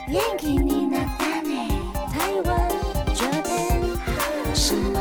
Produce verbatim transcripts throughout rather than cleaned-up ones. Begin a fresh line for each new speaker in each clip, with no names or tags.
元気になったね台湾这边什么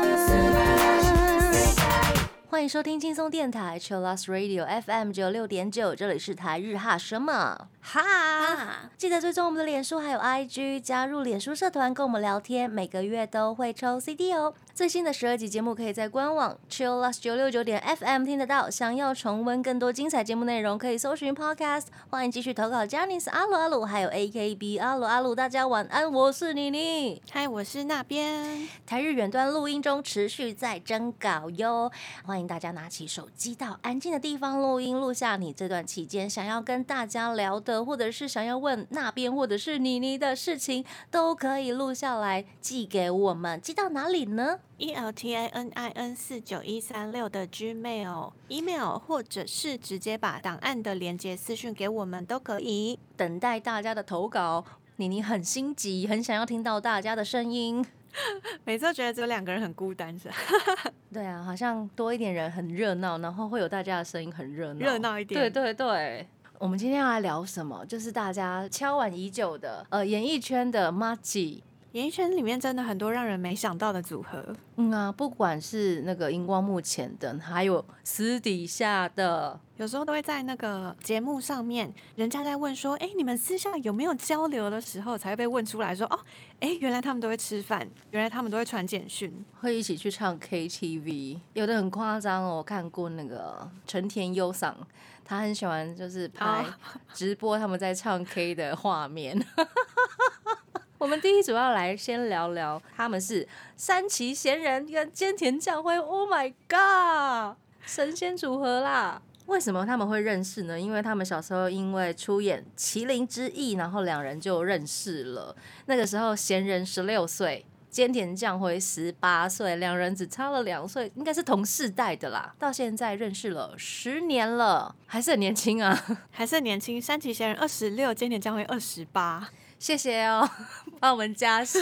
欢迎收听轻松电台 Chillus Radio F M 九六点九，这里是台日哈什么哈，记得追踪我们的脸书还有 I G， 加入脸书社团跟我们聊天，每个月都会抽 C D 哦。最新的十二集节目可以在官网 Chillus 九六九点 F M 听得到。想要重温更多精彩节目内容，可以搜寻 Podcast。欢迎继续投稿 Janice 阿鲁阿鲁，还有 A K B 阿鲁阿鲁。大家晚安，我是妮妮，
嗨，我是那边。
台日远端录音中，持续在征稿哟。欢迎大家拿起手机到安静的地方录音，录下你这段期间想要跟大家聊的，或者是想要问那边或者是妮妮的事情，都可以录下来寄给我们。寄到哪里呢
？E L T I N I N 四九一三六的 Gmail、email， 或者是直接把档案的连结私讯给我们都可以。
等待大家的投稿，妮妮很心急，很想要听到大家的声音。
每次都觉得只有两个人很孤单是吧？
对啊，好像多一点人很热闹，然后会有大家的声音很热闹，
热闹一点。
对对对。我们今天要来聊什么？就是大家敲碗已久的呃演艺圈的麻吉。
演艺圈里面真的很多让人没想到的组合。
嗯啊，不管是那个荧光幕前的，还有私底下的，
有时候都会在那个节目上面，人家在问说，哎，你们私下有没有交流的时候，才会被问出来说，哦，哎，原来他们都会吃饭，原来他们都会传简讯，
会一起去唱 K T V， 有的很夸张哦。我看过那个成田优桑，他很喜欢就是拍直播他们在唱 K 的画面。我们第一主要来先聊聊，他们是山崎贤人跟菅田将晖 ，Oh my god， 神仙组合啦！为什么他们会认识呢？因为他们小时候因为出演《麒麟之翼》，然后两人就认识了。那个时候贤人十六岁，菅田将晖十八岁，两人只差了两岁，应该是同世代的啦。到现在认识了十年了，还是很年轻啊，
还是很年轻。山崎贤人二十六，菅田将晖二十八。
谢谢哦，帮我们加十。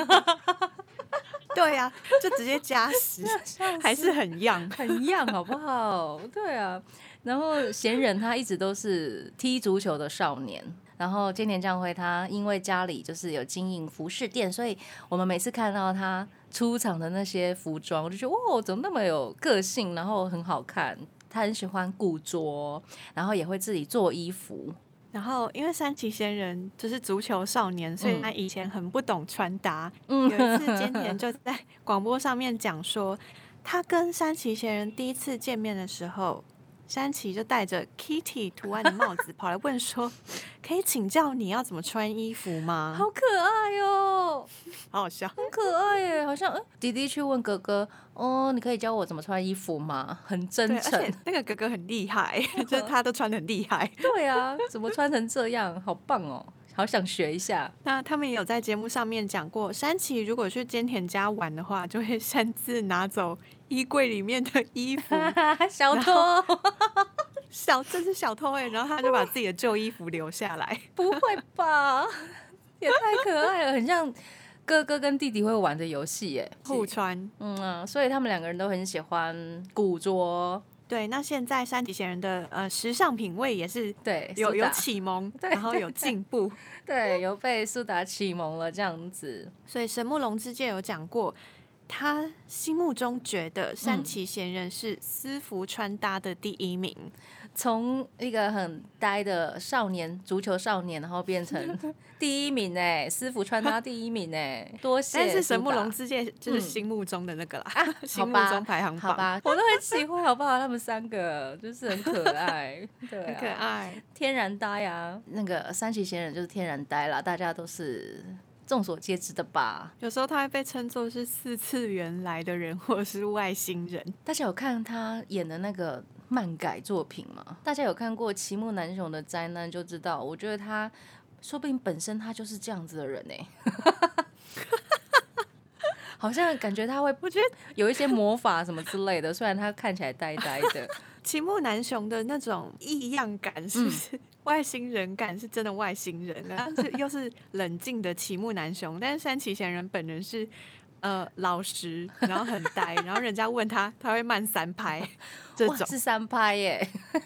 对啊，就直接加十，还是很样，
很样，好不好？对啊。然后贤人他一直都是踢足球的少年，然后菅田将晖他因为家里就是有经营服饰店，所以我们每次看到他出场的那些服装，我就觉得哇，怎么那么有个性，然后很好看。他很喜欢古着，然后也会自己做衣服。
然后因为山崎贤人就是足球少年，所以他以前很不懂穿搭。嗯、有一次菅田就在广播上面讲说，他跟山崎贤人第一次见面的时候，山崎就戴着 Kitty 图案的帽子跑来问说，可以请教你要怎么穿衣服吗？
好可爱哦，
好好笑，
很可爱耶，好像、欸、弟弟去问哥哥，哦，你可以教我怎么穿衣服吗？很真诚。
而且那个哥哥很厉害，就是他都穿得很厉害。
对啊，怎么穿成这样，好棒哦，好想学一下。
那他们也有在节目上面讲过，山崎如果去菅田家玩的话，就会擅自拿走衣柜里面的衣服，
小偷，
小这是小偷哎、欸，然后他就把自己的旧衣服留下来。
不会吧？也太可爱了，很像哥哥跟弟弟会玩的游戏耶，
互穿。
嗯啊，所以他们两个人都很喜欢古着。
对，那现在山崎贤人的呃时尚品味也是
对
有有启蒙，然后有进步，
对，有被苏打启蒙了这样子。
所以神木隆之介有讲过，他心目中觉得山崎贤人是私服穿搭的第一名。
从一个很呆的少年，足球少年，然后变成第一名哎，私服穿搭第一名哎，多谢。
但是神木隆之介就是心目中的那个啦，嗯啊、心目中排行榜。
好吧，我都很喜欢，好不好？他们三个就是很可爱，对、啊，
很可爱，
天然呆啊。那个山崎贤人就是天然呆啦，大家都是众所皆知的吧。
有时候他会被称作是四次元来的人，或者是外星人。
大家有看他演的那个漫改作品吗？大家有看过齐木楠雄的灾难就知道，我觉得他说不定本身他就是这样子的人哎、欸，好像感觉他会，我觉得有一些魔法什么之类的，虽然他看起来呆呆的。
齐木楠雄的那种异样感是不是、嗯、外星人感是真的外星人啊，但是又是冷静的齐木楠雄，但是山崎贤人本人是呃老实，然后很呆，然后人家问他，他会慢三拍，这种
是三拍耶。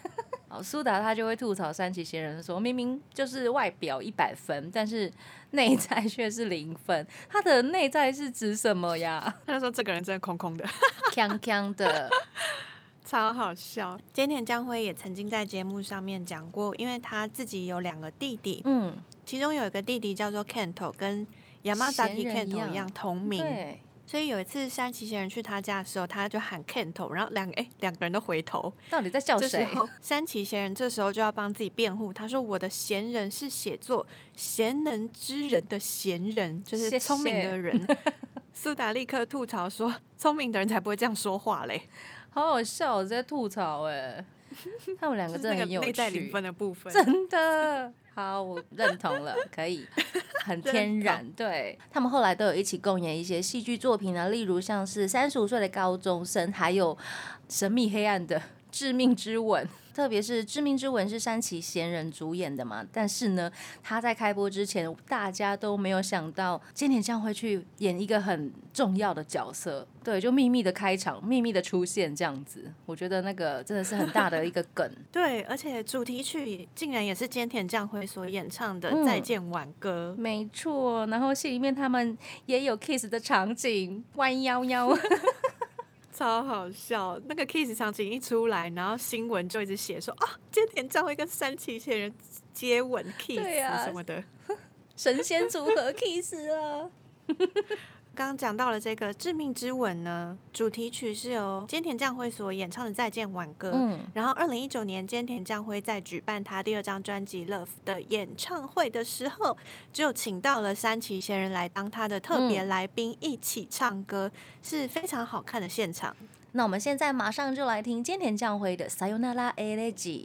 哦，苏打他就会吐槽山崎贤人说，明明就是外表一百分，但是内在却是零分。他的内在是指什么呀？
他就说这个人真的空空的，
锵锵的。
超好笑。菅田将晖也曾经在节目上面讲过，因为他自己有两个弟弟，嗯，其中有一个弟弟叫做 Kento， 跟 Yamazaki Kento 一样同名。对，所以有一次山崎贤人去他家的时候，他就喊 Kento， 然后两个哎两个人都回头，
到底在叫谁？
山崎贤人这时候就要帮自己辩护，他说我的贤人是写作贤能之人的贤人，就是聪明的人。谢谢苏打立刻吐槽说，聪明的人才不会这样说话嘞。
好好笑，我在吐槽哎、欸，他们两个真的很有趣，
内在零分的部分，
真的好，我认同了，可以，很天然。对，他们后来都有一起共演一些戏剧作品啊，例如像是三十五岁的高中生，还有神秘黑暗的致命之吻。特别是《致命之吻》是山崎贤人主演的嘛，但是呢，他在开播之前，大家都没有想到菅田将晖去演一个很重要的角色，对，就秘密的开场，秘密的出现这样子。我觉得那个真的是很大的一个梗。
对，而且主题曲竟然也是菅田将晖所演唱的《再见挽歌》。
嗯，没错。然后戏里面他们也有 kiss 的场景，弯腰腰。
超好笑，那个 kiss 场景一出来，然后新闻就一直写说啊，菅田将晖跟山崎贤人接吻 kiss 什么的，啊、
神仙组合 kiss 啊。
刚刚讲到了这个《致命之吻》呢，主题曲是由菅田将晖所演唱的《再见挽歌》。嗯，然后二零一九年菅田将晖在举办他第二张专辑《Love》的演唱会的时候，就请到了山崎贤人来当他的特别来宾，一起唱歌，嗯、是非常好看的现场。
那我们现在马上就来听菅田将晖的《Sayonara Elegy》。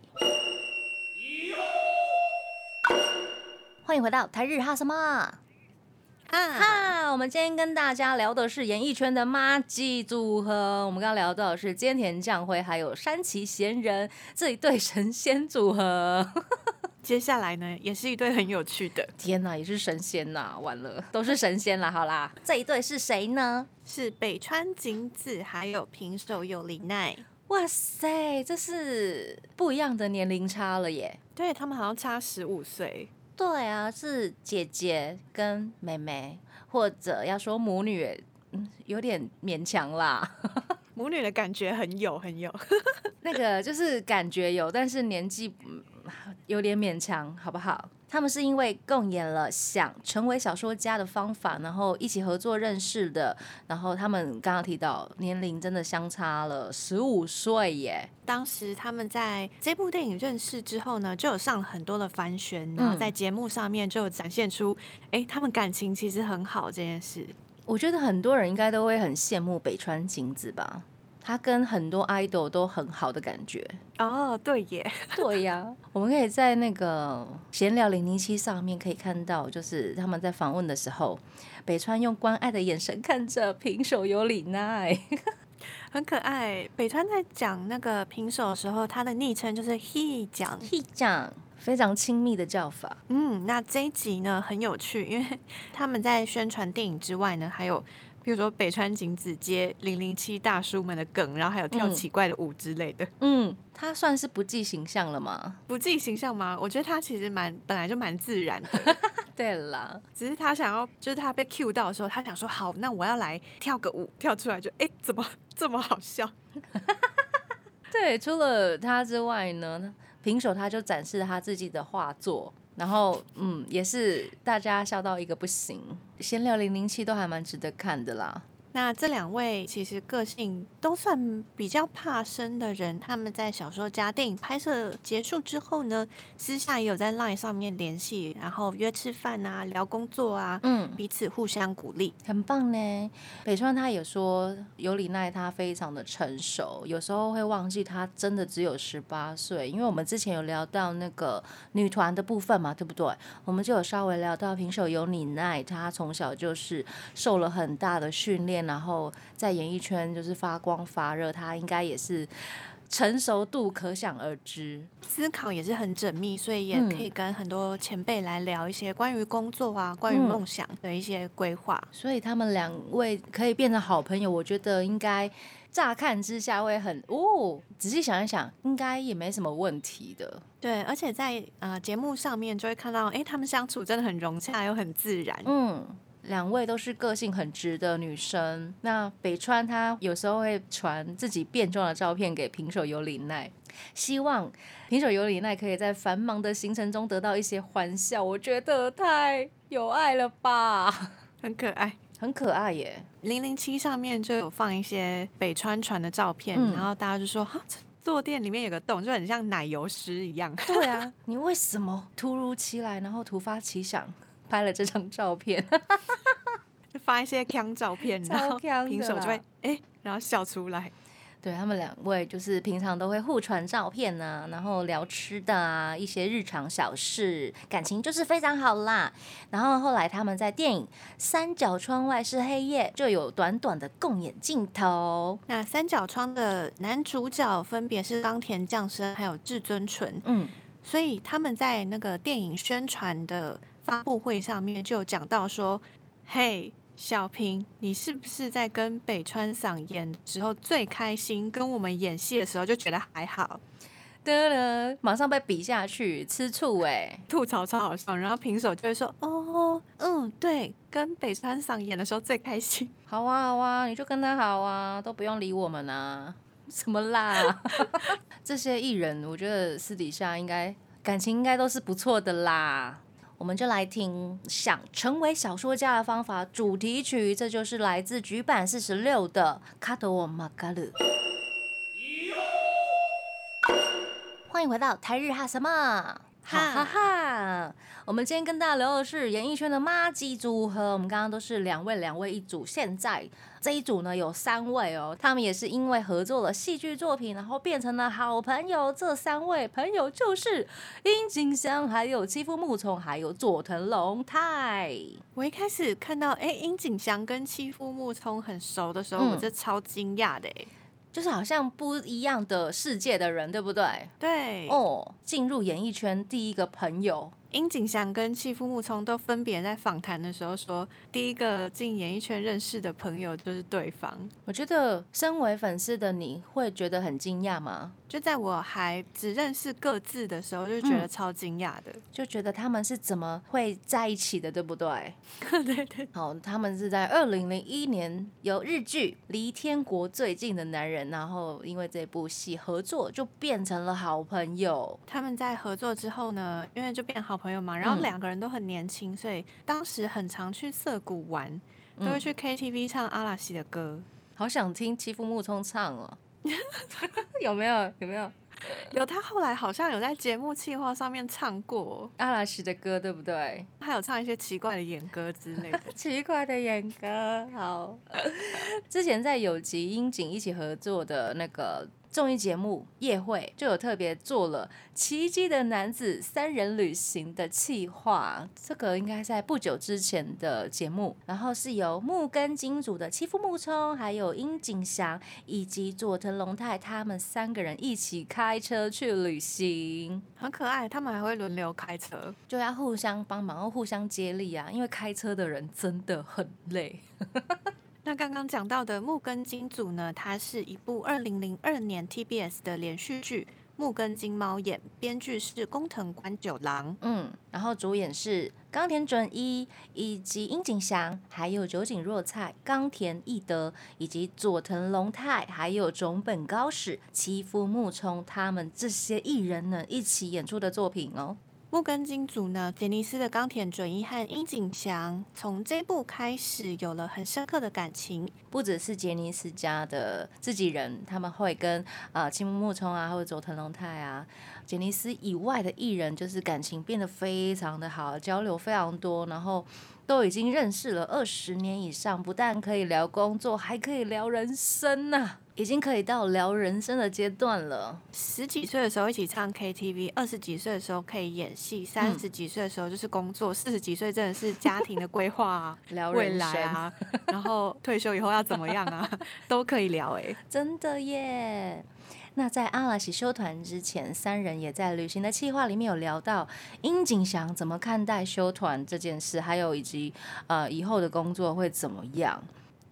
欢迎回到台日哈什么？哈，我们今天跟大家聊的是演艺圈的麻吉组合。我们刚刚聊到的是菅田将晖还有山崎贤人这一对神仙组合。
接下来呢，也是一对很有趣的。
天哪，也是神仙呐！完了，都是神仙啦。好啦，这一对是谁呢？
是北川景子还有平手友梨奈。
哇塞，这是不一样的年龄差了耶。
对，他们好像差十五岁。
对啊，是姐姐跟妹妹，或者要说母女，嗯，有点勉强啦。
母女的感觉很有，很有。
那个就是感觉有，但是年纪有点勉强，好不好？他们是因为共演了《想成为小说家的方法》，然后一起合作认识的。然后他们刚刚提到年龄真的相差了十五岁耶。
当时他们在这部电影认识之后呢，就有上了很多的番宣，然后在节目上面就有展现出，哎、嗯，他们感情其实很好这件事。
我觉得很多人应该都会很羡慕北川景子吧。他跟很多 idol 都很好的感觉
哦，对耶，
对呀，我们可以在那个闲聊零零七上面可以看到，就是他们在访问的时候，北川用关爱的眼神看着平手友梨奈，
很可爱。北川在讲那个平手的时候，他的昵称就是 he 讲
he 讲，非常亲密的叫法。
嗯，那这一集呢很有趣，因为他们在宣传电影之外呢，还有比如说北川景子接零零七大叔们的梗，然后还有跳奇怪的舞之类的。
嗯，他算是不计形象了吗？
不计形象吗？我觉得他其实蛮本来就蛮自然的。
对啦，
只是他想要，就是他被 cue 到的时候，他想说好，那我要来跳个舞，跳出来就哎、欸，怎么这么好笑？
对，除了他之外呢，平手他就展示他自己的画作。然后，嗯，也是大家笑到一个不行。闲聊零零七都还蛮值得看的啦。
那这两位其实个性都算比较怕生的人，他们在小说家电影拍摄结束之后呢，私下也有在 LINE 上面联系，然后约吃饭啊，聊工作啊，嗯，彼此互相鼓励，
很棒呢。北川他也说，友梨奈他非常的成熟，有时候会忘记他真的只有十八岁，因为我们之前有聊到那个女团的部分嘛，对不对？我们就有稍微聊到平手友梨奈，他从小就是受了很大的训练。然后在演艺圈就是发光发热，他应该也是成熟度可想而知，
思考也是很缜密，所以也可以跟很多前辈来聊一些关于工作啊、关于梦想的一些规划、
嗯。所以他们两位可以变成好朋友，我觉得应该乍看之下会很哦，仔细想一想，应该也没什么问题的。
对，而且在呃节目上面就会看到，哎，他们相处真的很融洽又很自然。
嗯。两位都是个性很直的女生，那北川她有时候会传自己变装的照片给平手由里奈，希望平手由里奈可以在繁忙的行程中得到一些欢笑。我觉得太有爱了吧，
很可爱，
很可爱耶。
零零七上面就有放一些北川传的照片，嗯、然后大家就说，哈，坐垫里面有个洞，就很像奶油湿一样。
对啊，你为什么突如其来，然后突发奇想拍了这张照片？
就发一些鏘照片，然后平手就会哎、欸，然后笑出来。
对，他们两位就是平常都会互传照片啊，然后聊吃的啊，一些日常小事，感情就是非常好啦。然后后来他们在电影《三角窗外是黑夜》就有短短的共演镜头。
那三角窗的男主角分别是冈田将生还有志尊淳，嗯，所以他们在那个电影宣传的发布会上面就有讲到说，嘿。小平，你是不是在跟北川桑演的时候最开心？跟我们演戏的时候就觉得还好，
得了，马上被比下去，吃醋哎、欸，
吐槽超好笑。然后平手就会说：“哦，嗯，对，跟北川桑演的时候最开心。”
好啊，好啊，你就跟他好啊，都不用理我们啊，什么啦？这些艺人，我觉得私底下应该感情应该都是不错的啦。我们就来听《想成为小说家的方法》主题曲，这就是来自局版四十六的《卡多沃马嘎鲁》。欢迎回到台日哈什么？哈哈哈！我们今天跟大家聊的是演艺圈的麻吉组合。我们刚刚都是两位两位一组，现在这一组呢有三位哦，他们也是因为合作了戏剧作品，然后变成了好朋友。这三位朋友就是樱井翔、还有妻夫木聪、还有佐藤龙太。
我一开始看到哎樱井翔跟妻夫木聪很熟的时候，嗯、我这超惊讶的哎。
就是好像不一样的世界的人，对不对？
对
哦，进入演艺圈第一个朋友。
樱井翔跟妻夫木聪都分别在访谈的时候说，第一个进演艺圈认识的朋友就是对方。
我觉得身为粉丝的你会觉得很惊讶吗？
就在我还只认识各自的时候，就觉得超惊讶的、嗯，
就觉得他们是怎么会在一起的，对不对？
对对。
好，他们是在二零零一年有日剧《离天国最近的男人》，然后因为这部戏合作，就变成了好朋友。
他们在合作之后呢，因为就变好朋友嘛，然后两个人都很年轻，所以当时很常去涩谷玩，都会去 K T V 唱阿拉西的歌。
好想听妻夫木聪唱哦。有没有？有没有？
有，他后来好像有在节目企划上面唱过
阿拉西的歌，对不对？
还有唱一些奇怪的演歌之类的。
奇怪的演歌，好。之前在有集樱井一起合作的那个综艺节目《夜会》就有特别做了《奇迹的男子三人旅行》的企划，这个应该在不久之前的节目，然后是由木根金主的妻夫木聪，还有樱井翔以及佐藤龙太他们三个人一起开车去旅行，
很可爱。他们还会轮流开车，
就要互相帮忙，互相接力啊，因为开车的人真的很累。
那刚刚讲到的木根金组呢，它是一部二零零二年 T B S 的连续剧《木根金猫眼》，编剧是工藤官九郎，
嗯，然后主演是冈田准一以及樱井翔，还有酒井若菜、冈田义德以及佐藤龙太，还有种本高史、妻夫木聪他们这些艺人呢一起演出的作品哦。
木根金组呢，杰尼斯的冈田准一和樱井翔从这部开始有了很深刻的感情。
不只是杰尼斯家的自己人，他们会跟呃妻夫木聪啊，或者佐藤龙太啊，杰尼斯以外的艺人，就是感情变得非常的好，交流非常多，然后都已经认识了二十年以上，不但可以聊工作，还可以聊人生呐、啊。已经可以到聊人生的阶段了。
十几岁的时候一起唱 K T V， 二十几岁的时候可以演戏，三十几岁的时候就是工作，四十几岁真的是家庭的规划啊，
聊
未来啊，然后退休以后要怎么样啊，都可以聊哎、欸，
真的耶。那在阿拉西休团之前，三人也在旅行的企划里面有聊到樱井翔怎么看待休团这件事，还有以及呃以后的工作会怎么样。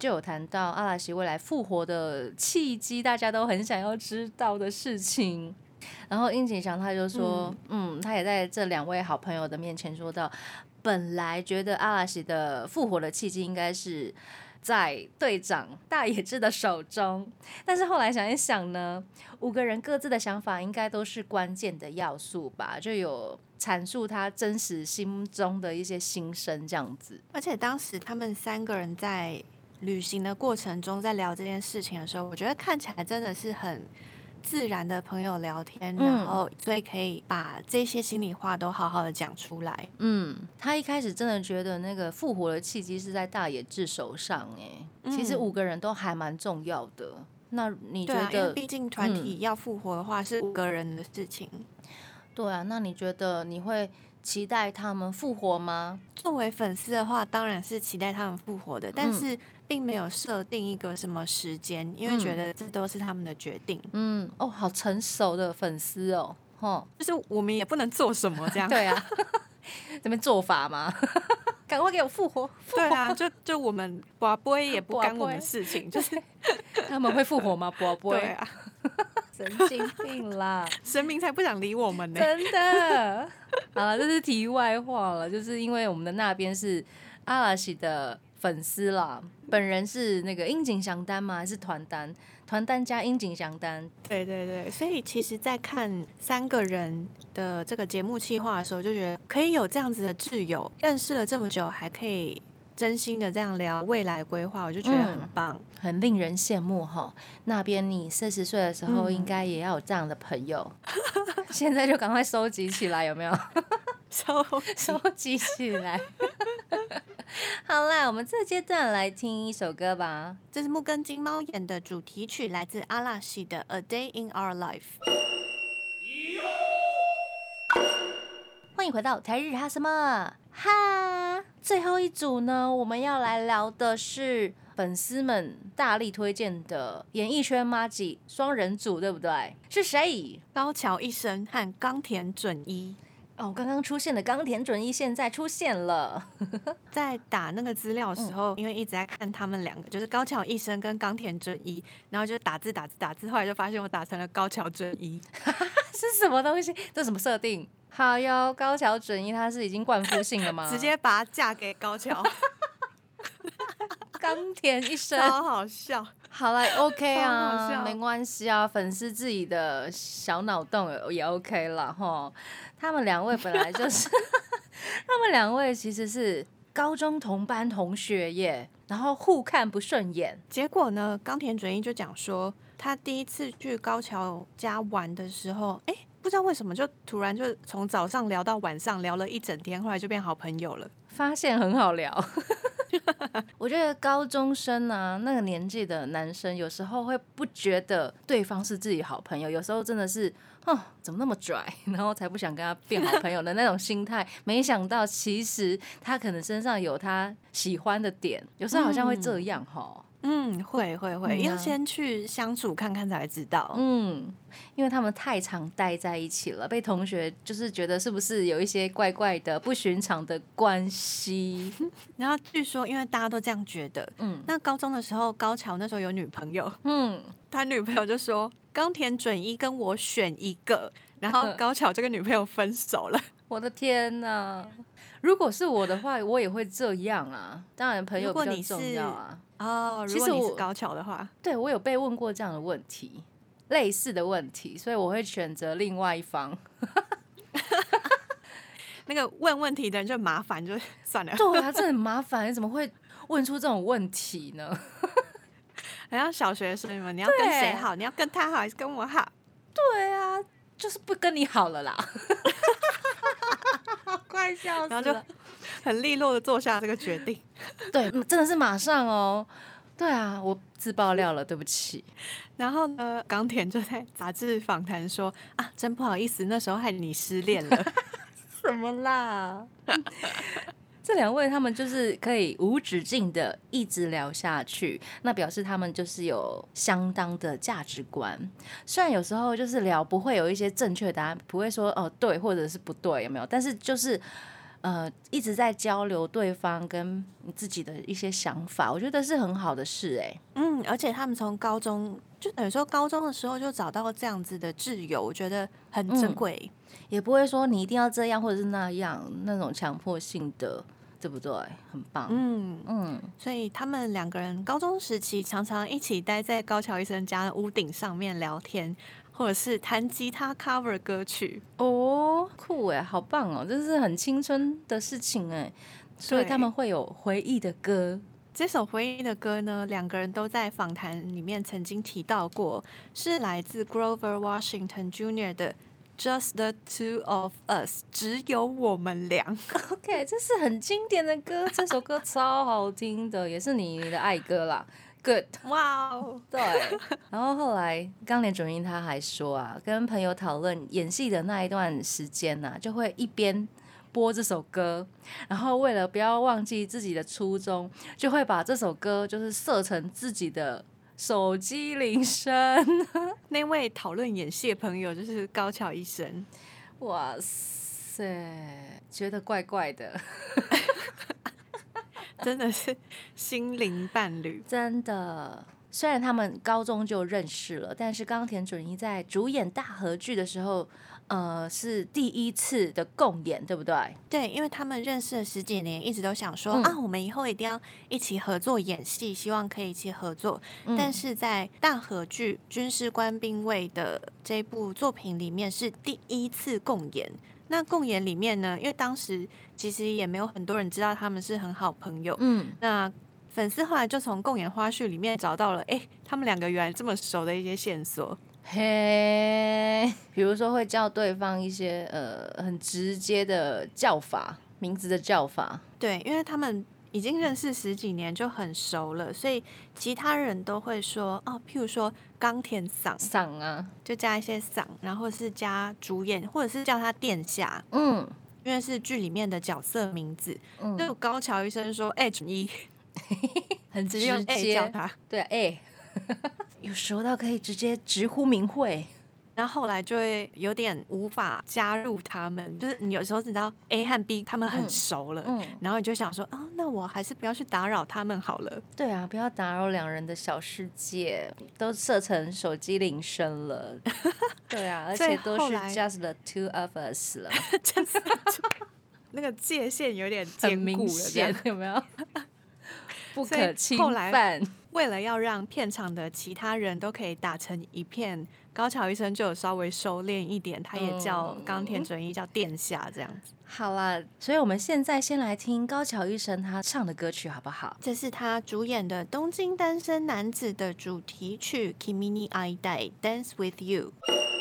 就有谈到阿拉西未来复活的契机，大家都很想要知道的事情。然后殷景祥他就说，嗯, 嗯，他也在这两位好朋友的面前说到，本来觉得阿拉西的复活的契机应该是在队长大野智的手中，但是后来想一想呢，五个人各自的想法应该都是关键的要素吧，就有阐述他真实心中的一些心声这样子。
而且当时他们三个人在旅行的过程中在聊这件事情的时候，我觉得看起来真的是很自然的朋友聊天，
嗯、
然后所以可以把这些心里话都好好的讲出来。
嗯，他一开始真的觉得那个复活的契机是在大野智手上，哎、嗯，其实五个人都还蛮重要的。那你觉得？
对啊，因为毕竟团体要复活的话、嗯、是五个人的事情。
对啊，那你觉得你会期待他们复活吗？
作为粉丝的话，当然是期待他们复活的，但是并没有设定一个什么时间、嗯，因为觉得这都是他们的决定。
嗯，哦，好成熟的粉丝哦，吼，
就是我们也不能做什么这样。
对啊，这边做法吗？赶快给我复活！复活
对啊，就就我们拔杯也不干我们事情，就是
他们会复活吗？拔杯？
对啊。
神经病啦！
神明才不想理我们呢、
欸，真的。好了，这是题外话了，就是因为我们的那边是阿拉西的粉丝啦，本人是那个樱井翔单吗？还是团单？团单加樱井翔单。
对对对，所以其实，在看三个人的这个节目企划的时候，就觉得可以有这样子的挚友，认识了这么久，还可以真心的这样聊未来规划，我就觉得很棒、嗯，
很令人羡慕哈。那边你四十岁的时候，应该也要有这样的朋友，嗯、现在就赶快收集起来，有没有？
收
收集起来。好啦，我们这阶段来听一首歌吧。
这是木根金猫演的主题曲，来自阿拉西的《A Day in Our Life》。
欢迎回到台日哈什么哈。最后一组呢，我们要来聊的是粉丝们大力推荐的演艺圈麻吉双人组，对不对？是谁？
高桥一生和冈田准一。
哦，刚刚出现的冈田准一现在出现了。
在打那个资料的时候、嗯，因为一直在看他们两个，就是高桥一生跟冈田准一，然后就打字打字打字，后来就发现我打成了高桥准一，
是什么东西？这什么设定？好哟，高桥准一他是已经冠夫姓了吗？
直接把他嫁给高桥。
冈田一生，
超好笑。
好了 ，OK 啊，没关系啊，粉丝自己的小脑洞也 OK 了哈。他们两位本来就是，他们两位其实是高中同班同学耶，然后互看不顺眼。
结果呢，冈田准一就讲说，他第一次去高桥家玩的时候，哎、欸，不知道为什么就突然就从早上聊到晚上，聊了一整天，后来就变好朋友了。
发现很好聊。我觉得高中生啊，那个年纪的男生有时候会不觉得对方是自己好朋友，有时候真的是哦，怎么那么拽，然后才不想跟他变好朋友的那种心态。没想到其实他可能身上有他喜欢的点，有时候好像会这样哈。嗯
嗯，会会会、嗯啊，要先去相处看看才知道。
嗯，因为他们太常待在一起了，被同学就是觉得是不是有一些怪怪的、不寻常的关系。
然后据说，因为大家都这样觉得，嗯，那高中的时候，高桥那时候有女朋友，嗯，他女朋友就说冈田准一跟我选一个，然后高桥就跟女朋友分手了。
我的天哪！如果是我的话，我也会这样啊。当然，朋友比较重要啊。
哦，如果你是高桥的话，
对，我有被问过这样的问题，类似的问题，所以我会选择另外一方。
那个问问题的人就麻烦，就算了。
对啊，这很麻烦，你怎么会问出这种问题呢？
好像小学生们，你要跟谁好？你要跟他好还是跟我好？
对啊，就是不跟你好了啦。快笑死了！
然后就很利落的做下这个决定。
对，真的是马上哦。对啊，我自爆料了，对不起。
然后呢，冈田就在杂志访谈说啊，真不好意思，那时候害你失恋了。
什么啦？这两位他们就是可以无止境的一直聊下去，那表示他们就是有相当的价值观。虽然有时候就是聊不会有一些正确答案，不会说哦对或者是不对，有没有？但是就是呃一直在交流对方跟你自己的一些想法，我觉得是很好的事哎、欸。
嗯，而且他们从高中就等于说高中的时候就找到这样子的挚友，我觉得很珍贵、嗯，
也不会说你一定要这样或者是那样那种强迫性的。对不对？很棒。
嗯嗯，所以他们两个人高中时期常常一起待在高桥医生家的屋顶上面聊天，或者是弹吉他 cover 歌曲。
哦，酷哎，好棒哦！这是很青春的事情哎，所以他们会有回忆的歌。
这首回忆的歌呢，两个人都在访谈里面曾经提到过，是来自 Grover Washington Junior 的。Just the two of us， 只有我们俩。
OK， 这是很经典的歌，这首歌超好听的，也是你的爱歌啦。Good，
哇哦，
对。然后后来冈田准一他还说啊，跟朋友讨论演戏的那一段时间啊，就会一边播这首歌，然后为了不要忘记自己的初衷，就会把这首歌就是设成自己的手机铃声。
那位讨论演戏的朋友就是高桥医生。
哇塞，觉得怪怪的。
真的是心灵伴侣，
真的。虽然他们高中就认识了，但是冈田准一在主演大河剧的时候，呃，是第一次的共演，对不对？
对，因为他们认识了十几年，一直都想说、嗯、啊，我们以后一定要一起合作演戏，希望可以一起合作。嗯、但是在大河剧《军师官兵卫》的这部作品里面是第一次共演。那共演里面呢，因为当时其实也没有很多人知道他们是很好朋友，嗯，那粉丝后来就从共演花絮里面找到了，哎，他们两个原来这么熟的一些线索。
嘿，比如说会叫对方一些呃很直接的叫法，名字的叫法。
对，因为他们已经认识十几年就很熟了，所以其他人都会说哦，譬如说冈田桑
桑啊，
就加一些桑，然后是加主演，或者是叫他殿下，
嗯，
因为是剧里面的角色名字。嗯，就高桥医生说，哎、欸，准一，
很直接
用 A 叫他，
对啊，哎，有熟到可以直接直呼名讳。
然后后来就会有点无法加入他们，就是你有时候知道 A 和 B 他们很熟了，嗯嗯、然后你就想说啊、哦，那我还是不要去打扰他们好了。
对啊，不要打扰两人的小世界，都设成手机铃声了。对啊，而且都是 just the two of us 了，
那个界限有点坚固了，
有没有？不可侵犯。
为了要让片场的其他人都可以打成一片，高桥医生就有稍微收敛一点，他也叫冈田准一叫殿下這樣子。
好啦，所以我们现在先来听高桥医生他唱的歌曲好不好？
这是他主演的《东京单身男子》的主题曲《君に会いたい Dance with You》。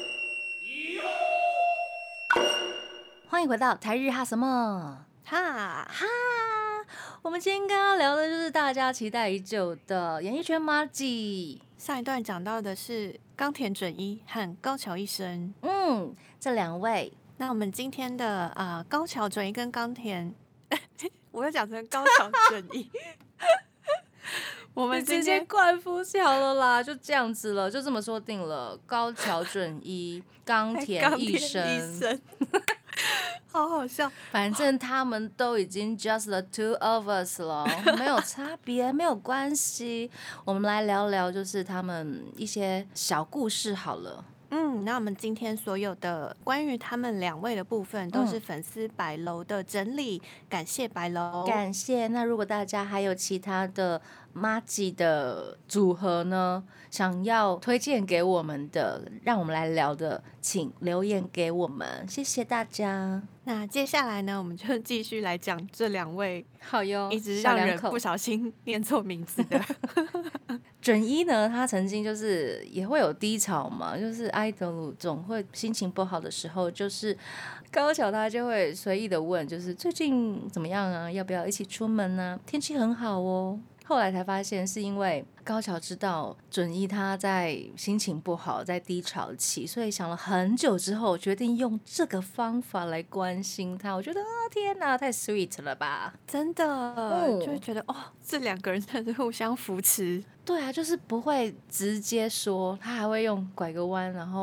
欢迎回到台日哈什么
哈
哈。我们今天刚刚聊的就是大家期待已久的演艺圈麻吉。
上一段讲到的是冈田准一和高桥医生，
嗯，这两位。
那我们今天的呃高桥准一跟冈田，我又讲成高桥准一，我们
直接冠夫好了啦，就这样子了，就这么说定了。高桥准一、冈田医生。
好好笑，
反正他们都已经 just the two of us 了，没有差别，没有关系。我们来聊聊，就是他们一些小故事好了。
嗯，那我们今天所有的关于他们两位的部分，都是粉丝百楼的整理，嗯、感谢百楼，
感谢。那如果大家还有其他的麻吉的组合呢，想要推荐给我们的，让我们来聊的，请留言给我们，谢谢大家。
那接下来呢，我们就继续来讲这两位，
好哟，
一直让人不小心念错名字的。
准一呢，他曾经就是也会有低潮嘛，就是爱豆鲁总会心情不好的时候，就是高桥他就会随意的问，就是最近怎么样啊？要不要一起出门啊？天气很好哦。后来才发现是因为高桥知道准一他在心情不好，在低潮期，所以想了很久之后，决定用这个方法来关心他。我觉得啊，天哪，太 sweet 了吧！
真的，哦、就会觉得哦，这两个人真的是互相扶持。
对啊，就是不会直接说，他还会用拐个弯，然后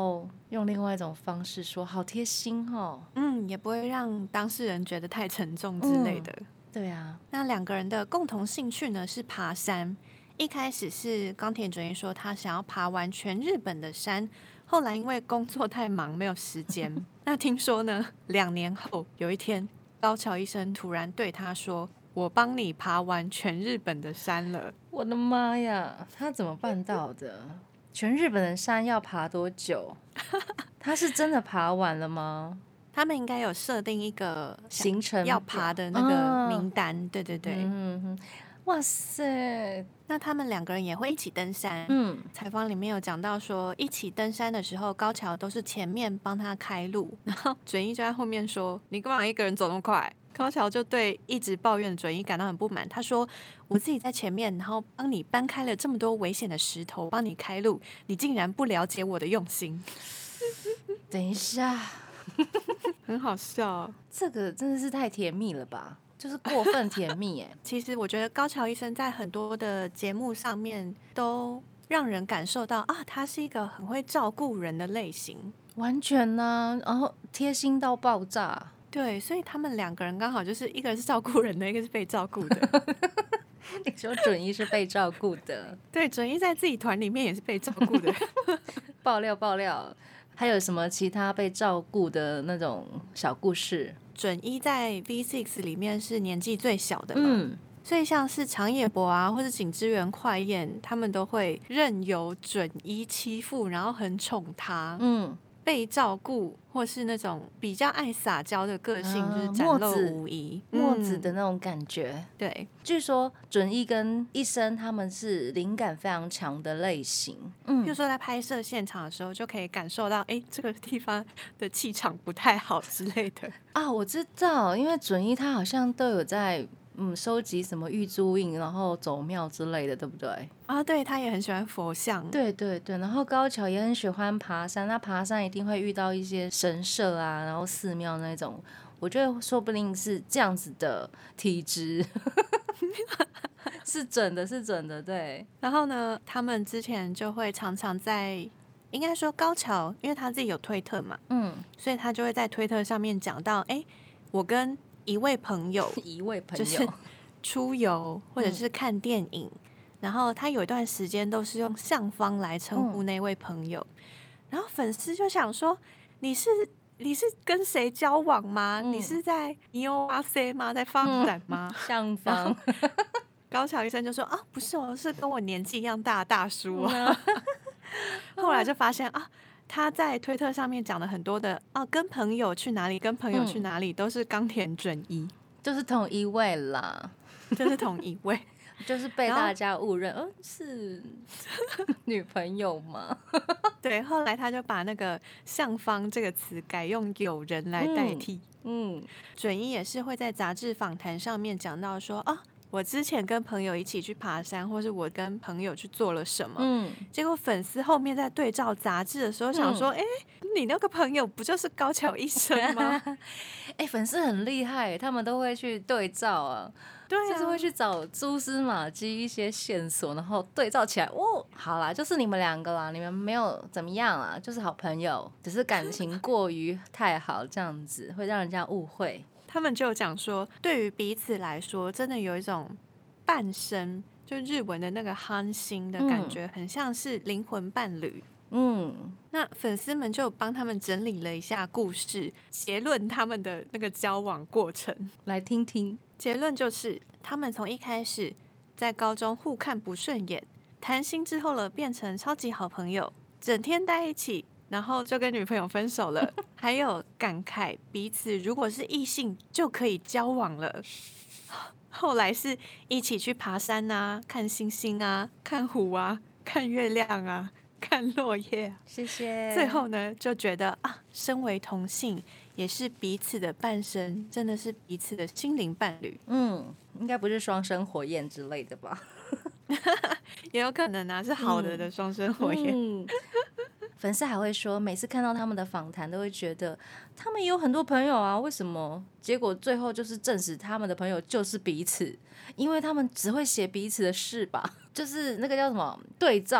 用另外一种方式说，好贴心哦。
嗯，也不会让当事人觉得太沉重之类的。
嗯、对啊，
那两个人的共同兴趣呢是爬山。一开始是冈田准一说他想要爬完全日本的山，后来因为工作太忙没有时间。那听说呢，两年后有一天，高桥医生突然对他说：“我帮你爬完全日本的山了。”
我的妈呀，他怎么办到的？全日本的山要爬多久？他是真的爬完了吗？
他们应该有设定一个
行程
要爬的那个名单，哦、对对对。
嗯哼，哇塞！
那他们两个人也会一起登山。嗯，采访里面有讲到说，一起登山的时候，高桥都是前面帮他开路，然后准一就在后面说：“你干嘛一个人走那么快？”高桥就对一直抱怨的准一感到很不满，他说：“我自己在前面，然后帮你搬开了这么多危险的石头，帮你开路，你竟然不了解我的用心。”
等一下，
很好笑，
这个真的是太甜蜜了吧？就是过分甜蜜哎。
其实我觉得高桥医生在很多的节目上面都让人感受到啊，他是一个很会照顾人的类型，
完全呢、啊，然后贴心到爆炸。
对，所以他们两个人刚好就是一个是照顾人的，一个是被照顾的。
你说准一是被照顾的，
对，准一在自己团里面也是被照顾的。
爆料爆料，还有什么其他被照顾的那种小故事？
准一在 V 六 里面是年纪最小的嘛，
嗯，
所以像是长野博啊，或是景之原快彦，他们都会任由准一欺负，然后很宠他，嗯，被照顾，或是那种比较爱撒娇的个性，啊、就是展露无遗，
墨子的那种感觉。
嗯、对，
据说准一跟一生他们是灵感非常强的类型。嗯，
比如说在拍摄现场的时候，就可以感受到，哎，这个地方的气场不太好之类的。
啊，我知道，因为准一他好像都有在。嗯，收集什么玉珠印，然后走庙之类的，对不对？
啊，对，他也很喜欢佛像。
对对对，然后高桥也很喜欢爬山，那爬山一定会遇到一些神社啊，然后寺庙那种，我觉得说不定是这样子的体质，是准的，是准的，对。
然后呢，他们之前就会常常在，应该说高桥，因为他自己有推特嘛，嗯，所以他就会在推特上面讲到，哎，我跟一位朋友，
一位朋友
就是出游或者是看电影，嗯、然后他有一段时间都是用向方来称呼那位朋友，嗯、然后粉丝就想说，你是你是跟谁交往吗？嗯、你是在你有哇塞吗？在发展吗？
嗯、向方，
高桥医生就说啊，不是哦，是跟我年纪一样大的大叔啊。后来就发现啊。他在推特上面讲了很多的哦，跟朋友去哪里，跟朋友去哪里，嗯、都是冈田准一，
就是同一位啦，
就是同一位，
就是被大家误认，嗯、呃，是女朋友吗？
对，后来他就把那个向方这个词改用友人来代替。嗯，嗯准一也是会在杂志访谈上面讲到说啊。我之前跟朋友一起去爬山，或是我跟朋友去做了什么，嗯，结果粉丝后面在对照杂志的时候想说，哎、嗯，你那个朋友不就是高桥医生吗？
哎，粉丝很厉害，他们都会去对照啊，
对啊，
就是会去找蛛丝马迹一些线索，然后对照起来，哦，好啦，就是你们两个啦，你们没有怎么样啦，就是好朋友，只是感情过于太好，这样子会让人家误会。
他们就有讲说，对于彼此来说，真的有一种半生，就日文的那个憨心的感觉，嗯、很像是灵魂伴侣。嗯，那粉丝们就帮他们整理了一下故事，结论他们的那个交往过程，
来听听。
结论就是，他们从一开始在高中互看不顺眼，谈心之后了，变成超级好朋友，整天待一起。然后就跟女朋友分手了，还有感慨彼此如果是异性就可以交往了。后来是一起去爬山啊，看星星啊，看湖啊，看月亮啊，看落叶啊。
谢谢。
最后呢，就觉得啊，身为同性也是彼此的半生，真的是彼此的心灵伴侣。
嗯，应该不是双生火焰之类的吧？
也有可能啊，是好的的双生火焰。
嗯嗯粉丝还会说，每次看到他们的访谈，都会觉得他们也有很多朋友啊，为什么？结果最后就是证实他们的朋友就是彼此，因为他们只会写彼此的事吧，就是那个叫什么对照。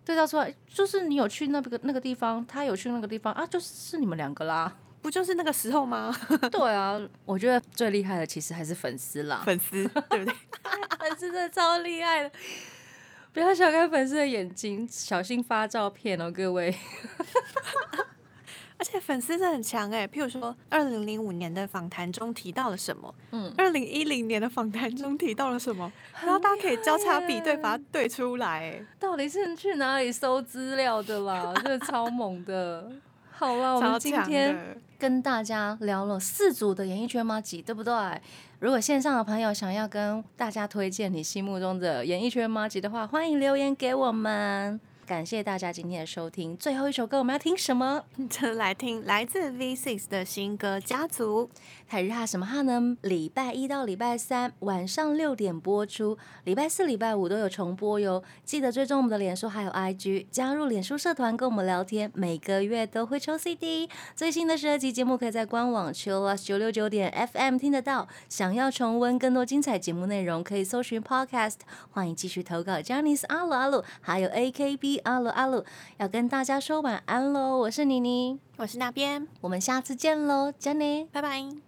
对照出来，就是你有去那个那个地方，他有去那个地方啊，就是你们两个啦。
不就是那个时候吗？
对啊，我觉得最厉害的其实还是粉丝啦，
粉丝对不对？
粉丝真的超厉害的，不要小看粉丝的眼睛，小心发照片哦，各位。
而且粉丝真的很强哎，譬如说二零零五年的访谈中提到了什么，嗯，二零一零年的访谈中提到了什么，然后大家可以交叉比对，把它对出来哎。
到底是去哪里搜资料的啦？真的超猛的。好了，我们今天跟大家聊了四组的演艺圈麻吉，对不对？如果线上的朋友想要跟大家推荐你心目中的演艺圈麻吉的话，欢迎留言给我们。感谢大家今天的收听。最后一首歌我们要听什么？
就来听来自 V 六 的新歌《家族》。
台日哈什么哈呢？礼拜一到礼拜三晚上六点播出，礼拜四、礼拜五都有重播哟。记得追踪我们的脸书还有 I G， 加入脸书社团跟我们聊天，每个月都会抽 C D。最新的十二集节目可以在官网 Chillus 九六九点 F M 听得到。想要重温更多精彩节目内容，可以搜寻 Podcast。欢迎继续投稿 Janice 阿鲁阿鲁，还有 A K B 阿鲁阿鲁。要跟大家说晚安喽，我是妮妮，
我是那边，
我们下次见喽 ，Janice，
拜拜。